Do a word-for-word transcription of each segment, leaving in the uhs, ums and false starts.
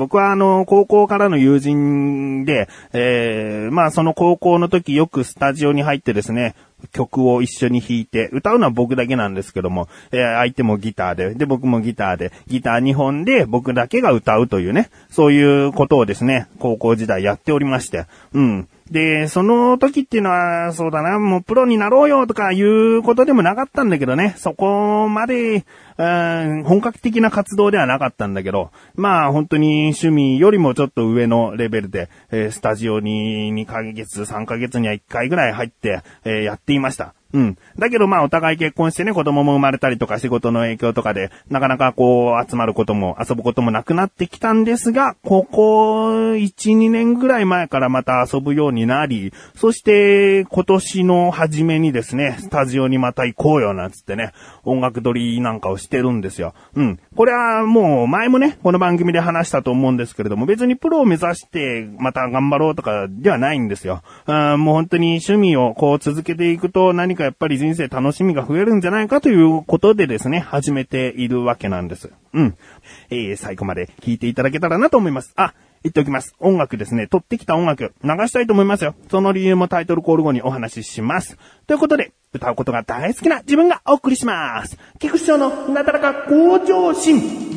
僕はあの、高校からの友人で、えー、まあその高校の時よくスタジオに入ってですね、曲を一緒に弾いて、歌うのは僕だけなんですけども、えー、相手もギターで、で、僕もギターで、ギターにほんで僕だけが歌うというね、そういうことをですね、高校時代やっておりまして、うん。で、その時っていうのは、そうだな、もうプロになろうよとかいうことでもなかったんだけどね、そこまで、うん、本格的な活動ではなかったんだけど、まあ本当に趣味よりもちょっと上のレベルで、えー、スタジオににかげつ、さんかげつにはいっかいぐらい入って、えー、やっていました。うん。だけどまあお互い結婚してね、子供も生まれたりとか仕事の影響とかで、なかなかこう集まることも遊ぶこともなくなってきたんですが、ここいち、にねんぐらい前からまた遊ぶようになり、そして今年の初めにですね、スタジオにまた行こうよなんつってね、音楽撮りなんかをしてるんですよ。うん。これはもう前もね、この番組で話したと思うんですけれども、別にプロを目指してまた頑張ろうとかではないんですよ。あ、もう本当に趣味をこう続けていくと何かやっぱり人生楽しみが増えるんじゃないかということでですね、始めているわけなんです。うん。えー、最後まで聞いていただけたらなと思います。あ、言っておきます。音楽ですね、撮ってきた音楽流したいと思いますよ。その理由もタイトルコール後にお話しします。ということで、歌うことが大好きな自分がお送りします。菊池翔のなだらか向上心。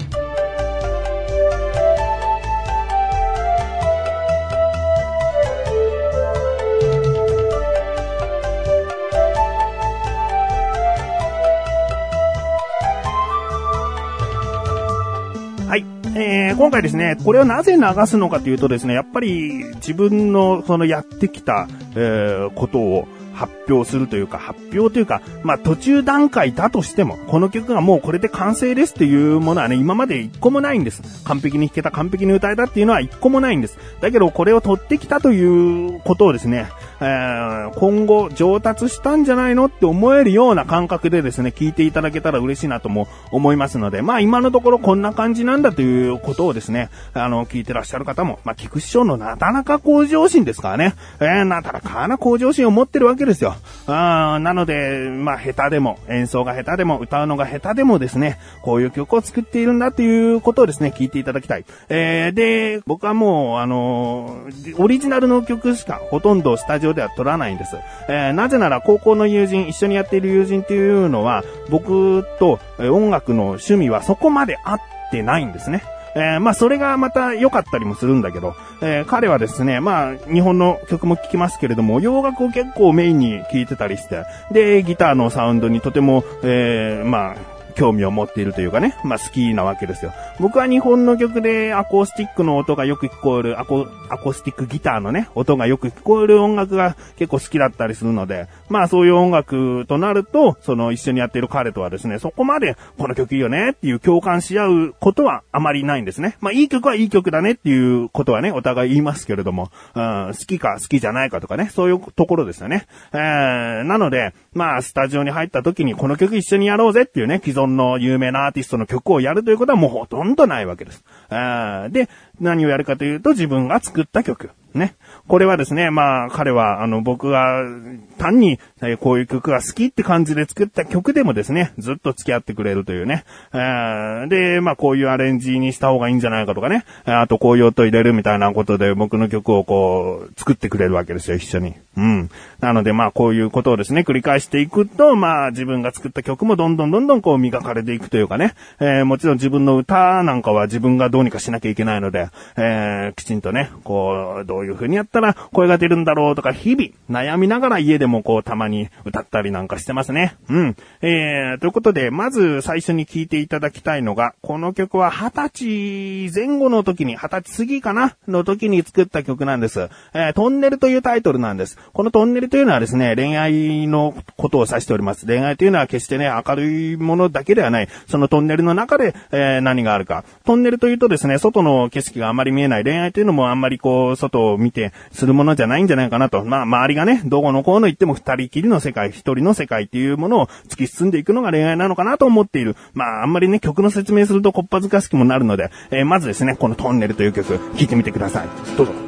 はい。えー、今回ですね、これをなぜ流すのかというとですね、やっぱり自分のそのやってきた、えー、ことを発表するというか、発表というか、まあ途中段階だとしても、この曲がもうこれで完成ですっていうものはね、今まで一個もないんです。完璧に弾けた、完璧に歌えたっていうのは一個もないんです。だけどこれを取ってきたということをですね、えー、今後上達したんじゃないのって思えるような感覚でですね、聞いていただけたら嬉しいなとも思いますので、まあ今のところこんな感じなんだということをですね、あの、聞いてらっしゃる方も、まあ菊池翔のなだらか向上心ですからね、えー、なだらかな向上心を持ってるわけですよ。あなので、まあ下手でも、演奏が下手でも、歌うのが下手でもですね、こういう曲を作っているんだということをですね、聞いていただきたい。えー、で、僕はもう、あのー、オリジナルの曲しかほとんどスタジオでは撮らないんです。えー、なぜなら高校の友人、一緒にやっている友人っていうのは、僕と音楽の趣味はそこまで合ってないんですね。えー、まあそれがまた良かったりもするんだけど、えー、彼はですね、まあ日本の曲も聴きますけれども、洋楽を結構メインに聴いてたりして、で、ギターのサウンドにとても、えー、まあ、興味を持っているというかね、まあ好きなわけですよ。僕は日本の曲でアコースティックの音がよく聞こえる、アコ、アコースティックギターのね、音がよく聞こえる音楽が結構好きだったりするので、まあそういう音楽となると、その一緒にやっている彼とはですね、そこまでこの曲いいよねっていう共感し合うことはあまりないんですね。まあいい曲はいい曲だねっていうことはね、お互い言いますけれども、うん、好きか好きじゃないかとかね、そういうところですよね。えー、なので、まあスタジオに入った時にこの曲一緒にやろうぜっていうね、既存の有名なアーティストの曲をやるということはもうほとんどないわけです。あで、何をやるかというと自分が作った曲。ね。これはですね、まあ彼はあの僕が単にこういう曲が好きって感じで作った曲でもですね、ずっと付き合ってくれるというね。で、まあこういうアレンジにした方がいいんじゃないかとかね。あとこういう音入れるみたいなことで僕の曲をこう作ってくれるわけですよ、一緒に。うん。なのでまあこういうことをですね、繰り返していくと、まあ自分が作った曲もどんどんどんどんこう磨かれていくというかね。えー、もちろん自分の歌なんかは自分がどうにかしなきゃいけないので、えー、きちんとね、こう、どういう風にやったら声が出るんだろうとか日々悩みながら家でもこうたまに歌ったりなんかしてますね。うん。えー、ということで、まず最初に聴いていただきたいのが、この曲ははたちぜん後の時に、はたち過ぎかなの時に作った曲なんです。えー、トンネルというタイトルなんです。このトンネルというのはですね、恋愛のことを指しております。恋愛というのは決してね、明るいものだけではない。そのトンネルの中で、えー、何があるか。トンネルというとですね、外の景色があまり見えない。恋愛というのもあんまりこう、外を見てするものじゃないんじゃないかなと。まあ、周りがね、どこのこうの言っても二人きりの世界、一人の世界っていうものを突き進んでいくのが恋愛なのかなと思っている。まあ、あんまりね、曲の説明するとこっぱずかしくもなるので、えー、まずですね、このトンネルという曲、聴いてみてください。どうぞ。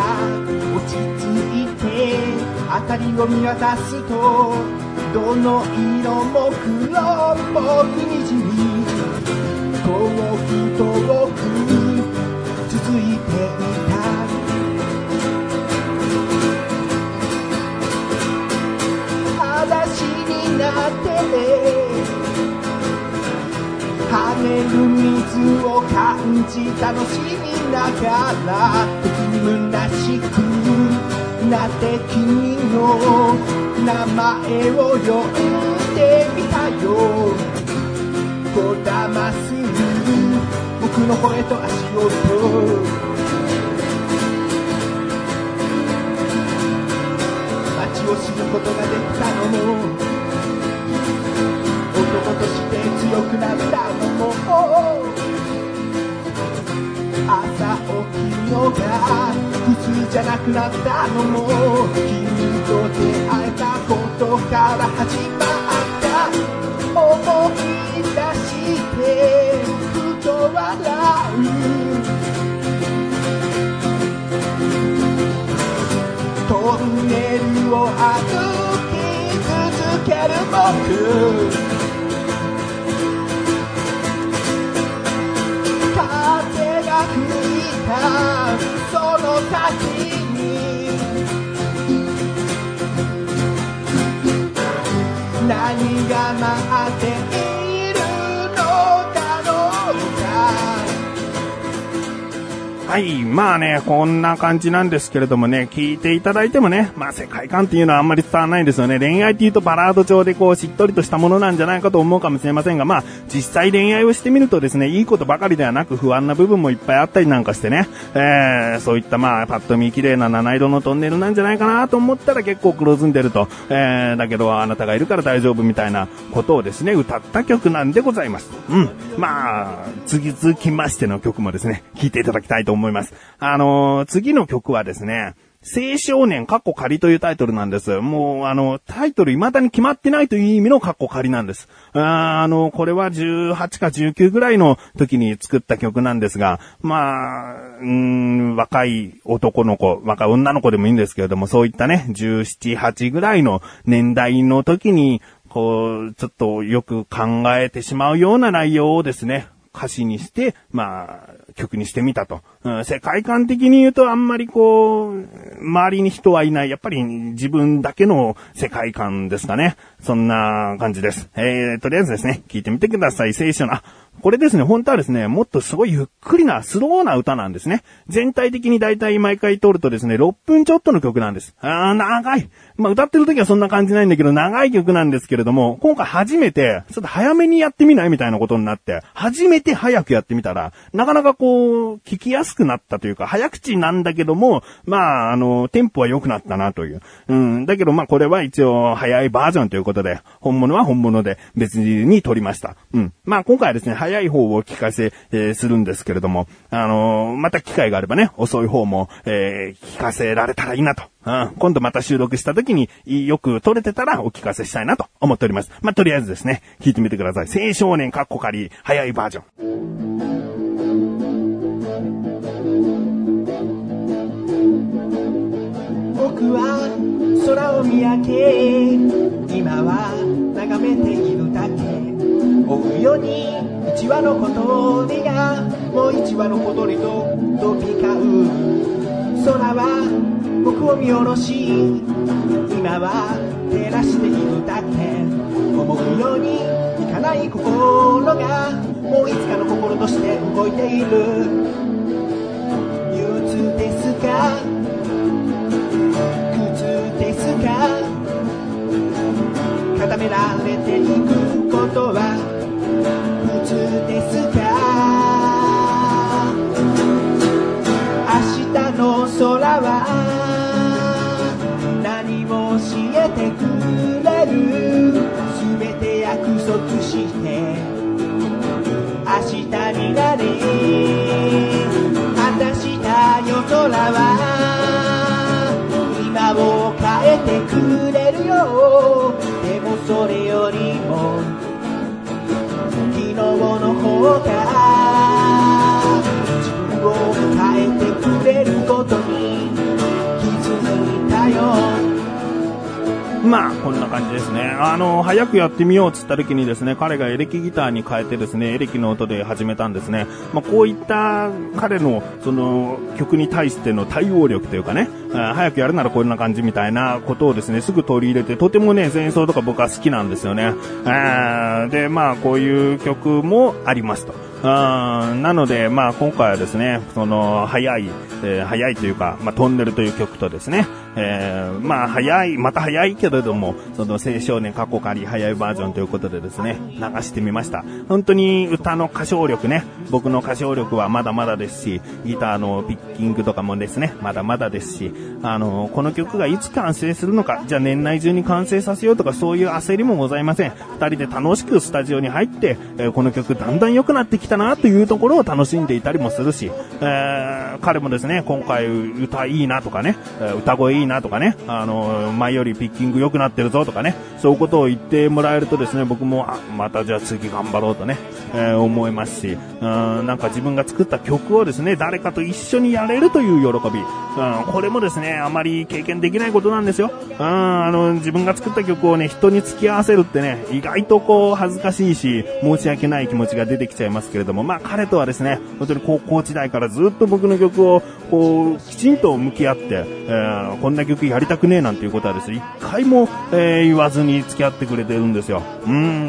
落ち着いて明かりを見渡すと、どの色も黒っぽくにじみ、遠く遠く続いていた。裸足になって跳ねる水を感じ楽しみながら、時に虚しくなって君の名前を呼んでみたよ。こだまする僕の声と足音、街を知ることができたのも、男として強くなったのも、朝起きるのが普通じゃなくなったのも、君と出会えたことから始まった。思い出してふと笑う、トンネルを歩き続ける僕、その先に何が待っているのだろうか。 はい。まあね、こんな感じなんですけれどもね、聞いていただいてもね、まあ世界観っていうのはあんまり伝わらないんですよね。恋愛っていうとバラード調でこうしっとりとしたものなんじゃないかと思うかもしれませんが、まあ実際恋愛をしてみるとですね、いいことばかりではなく不安な部分もいっぱいあったりなんかしてね、えー、そういったまあパッと見綺麗な七色のトンネルなんじゃないかなと思ったら結構黒ずんでると、えー、だけどあなたがいるから大丈夫みたいなことをですね、歌った曲なんでございます。うん。まあ、次続きましての曲もですね、聴いていただきたいと思います。あのー、次の曲はですね、青少年カッコ仮というタイトルなんです。もう、あの、タイトル未だに決まってないという意味のカッコ仮なんです。あ, あの、これはじゅうはちかじゅうきゅうぐらいの時に作った曲なんですが、まあ、うーん、若い男の子、若い女の子でもいいんですけれども、そういったね、じゅうなな、はちぐらいの年代の時に、こう、ちょっとよく考えてしまうような内容をですね、歌詞にして、まあ、曲にしてみたと、うん。世界観的に言うとあんまりこう、周りに人はいない。やっぱり自分だけの世界観ですかね。そんな感じです。えー、とりあえずですね、聞いてみてください。青春、あ、これですね、本当はですね、もっとすごいゆっくりな、スローな歌なんですね。全体的にだいたい毎回通るとですね、ろっぷんちょっとの曲なんです。あー、長い。まあ、歌ってる時はそんな感じないんだけど、長い曲なんですけれども、今回初めて、ちょっと早めにやってみないみたいなことになって、初めて早くやってみたら、なかなかこう、聞きやすくなったというか、早口なんだけども、まあ、あの、テンポは良くなったなという。うん、だけどまあ、これは一応、早いバージョンということで、本物は本物で別に撮りました。うん。まあ、今回はですね、早い方を聞かせ、えー、するんですけれども、あのー、また機会があればね、遅い方も、えー、聞かせられたらいいなと。うん、今度また収録した時によく撮れてたらお聞かせしたいなと思っております。まあ、とりあえずですね、聞いてみてください。青少年カッコ仮、早いバージョン。 僕は空を見上げ、今は眺めているだけ。追うように一羽の小鳥がもう一羽の小鳥と飛び交う。空は僕を見下ろし、今は照らしているだけ。思うようにいかない心がもういつかの心として動いている。憂鬱ですか、苦痛ですか、固められていくことは普通ですか。明日の空は何も教えてくれる。すべて約束して明日になれ。果たした夜空は今を変えてくれるよ。でもそれよりも昨日の方が自分を変えてくれることにまあ、こんな感じですね。あの、早くやってみようっつった時にですね、彼がエレキギターに変えてですね、エレキの音で始めたんですね。まあ、こういった彼の、その、曲に対しての対応力というかね、早くやるならこんな感じみたいなことをですね、すぐ取り入れて、とてもね、前奏とか僕は好きなんですよね。で、まあ、こういう曲もありますと。あなので、まあ今回はですね、その、早い、えー、早いというか、まあトンネルという曲とですね、えー、まあ早い、また早いけれども、その青少年過去仮早いバージョンということでですね、流してみました。本当に歌の歌唱力ね、僕の歌唱力はまだまだですし、ギターのピッキングとかもですね、まだまだですし、あの、この曲がいつ完成するのか、じゃあ年内中に完成させようとかそういう焦りもございません。二人で楽しくスタジオに入って、えー、この曲だんだん良くなってきたなというところを楽しんでいたりもするし、えー、彼もですね、今回歌いいなとかね、歌声いいなとかね、あの、前よりピッキング良くなってるぞとかね、そういうことを言ってもらえるとですね、僕も、あ、またじゃあ次頑張ろうとね、えー、思いますし、うん、なんか自分が作った曲をですね、誰かと一緒にやれるという喜び、うん、これもですね、あまり経験できないことなんですよ。うん、あの、自分が作った曲をね、人に付き合わせるってね、意外とこう恥ずかしいし、申し訳ない気持ちが出てきちゃいますけれども、まあ彼とはですね、本当に高校時代からずっと僕の曲をこうきちんと向き合って、えー、こんな曲やりたくねえなんていうことはですね、一回も、えー、言わずに付き合ってくれてるんですよ。うん、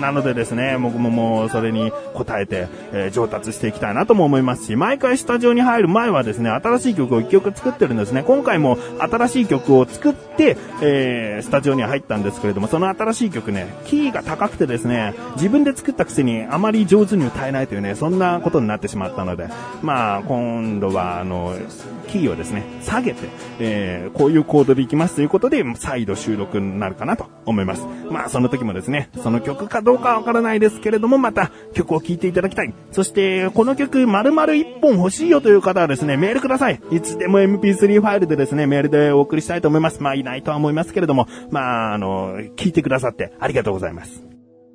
なのでですね、僕ももうそれに応えて、えー、上達していきたいなとも思いますし、毎回スタジオに入る前はですね、新しい曲を一曲作ってるんですね。今回も新しい曲を作って、えー、スタジオに入ったんですけれども、その新しい曲ね、キーが高くてですね、自分で作ったくせにあまり上手に歌えないというね、そんなことになってしまったので、まあ今度はあのキーをですね下げて、えー、こういうコードでいきますということで再度収録になるかなと思います。まあその時もですね、その曲かどうかわからないですけれども、また曲を聴いていただきたい。そしてこの曲丸々一本欲しいよという方はですね、メールください。いつでも エムピースリー ファイルでですね、メールでお送りしたいと思います。まあいないとは思いますけれども、まああの聞いてくださってありがとうございます。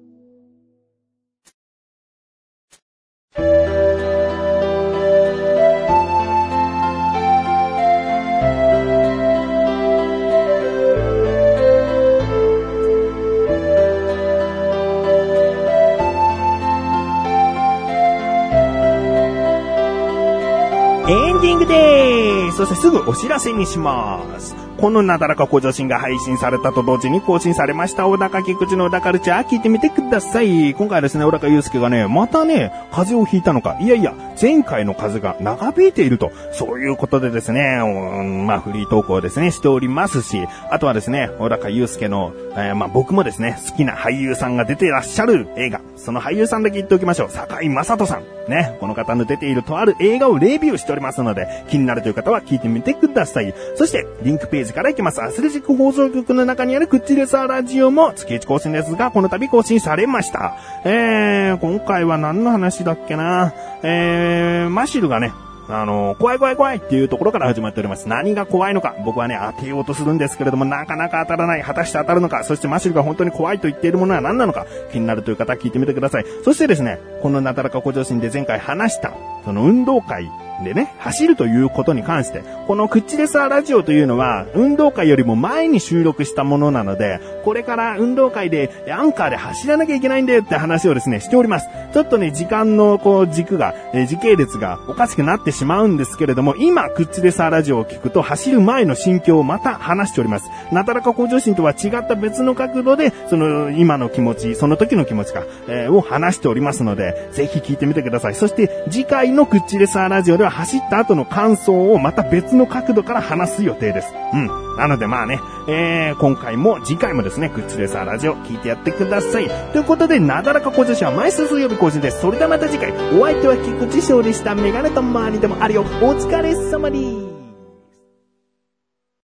エンディングでーす。そしてすぐお知らせにします。このなだらか向上心が配信されたと同時に更新されました小高菊池の小高ルチャー聞いてみてください。今回はですね、小高祐介がね、またね、風邪をひいたのか、いやいや、前回の風邪が長引いていると、そういうことでですね、うん、まあフリートークをですね、しておりますし、あとはですね、小高祐介の、えー、まあ僕もですね、好きな俳優さんが出ていらっしゃる映画、その俳優さんだけ言っておきましょう。堺雅人さん。ね、この方の出ているとある映画をレビューしておりますので、気になるという方は聞いてみてください。そして、リンクページから行きます。アスレチック放送局の中にあるクッチレサーラジオも月いち更新ですが、この度更新されました。えー、今回は何の話だっけな。えー、マシルがね、あの、怖い怖い怖いっていうところから始まっております。何が怖いのか、僕はね、当てようとするんですけれども、なかなか当たらない。果たして当たるのか、そしてマシルが本当に怖いと言っているものは何なのか、気になるという方は聞いてみてください。そしてですね、このなだらか向上心で前回話した、その運動会でね、走るということに関して、このクッチレサーラジオというのは、運動会よりも前に収録したものなので、これから運動会でアンカーで走らなきゃいけないんだよって話をですね、しております。ちょっとね、時間のこう軸が、えー、時系列がおかしくなってしまうんですけれども、今、クッチレサーラジオを聞くと、走る前の心境をまた話しております。なだらか向上心とは違った別の角度で、その、今の気持ち、その時の気持ちか、えー、を話しておりますので、ぜひ聞いてみてください。そして、次回のクッチレサーラジオでは走った後の感想をまた別の角度から話す予定です。うん。なのでまあね、えー、今回も次回もですね、クッチレサーラジオ聞いてやってください。ということで、なだらか向上心は毎週水曜日更新です。それではまた次回、お相手は菊池翔でした。メガネと周りでもあるよ。お疲れ様です。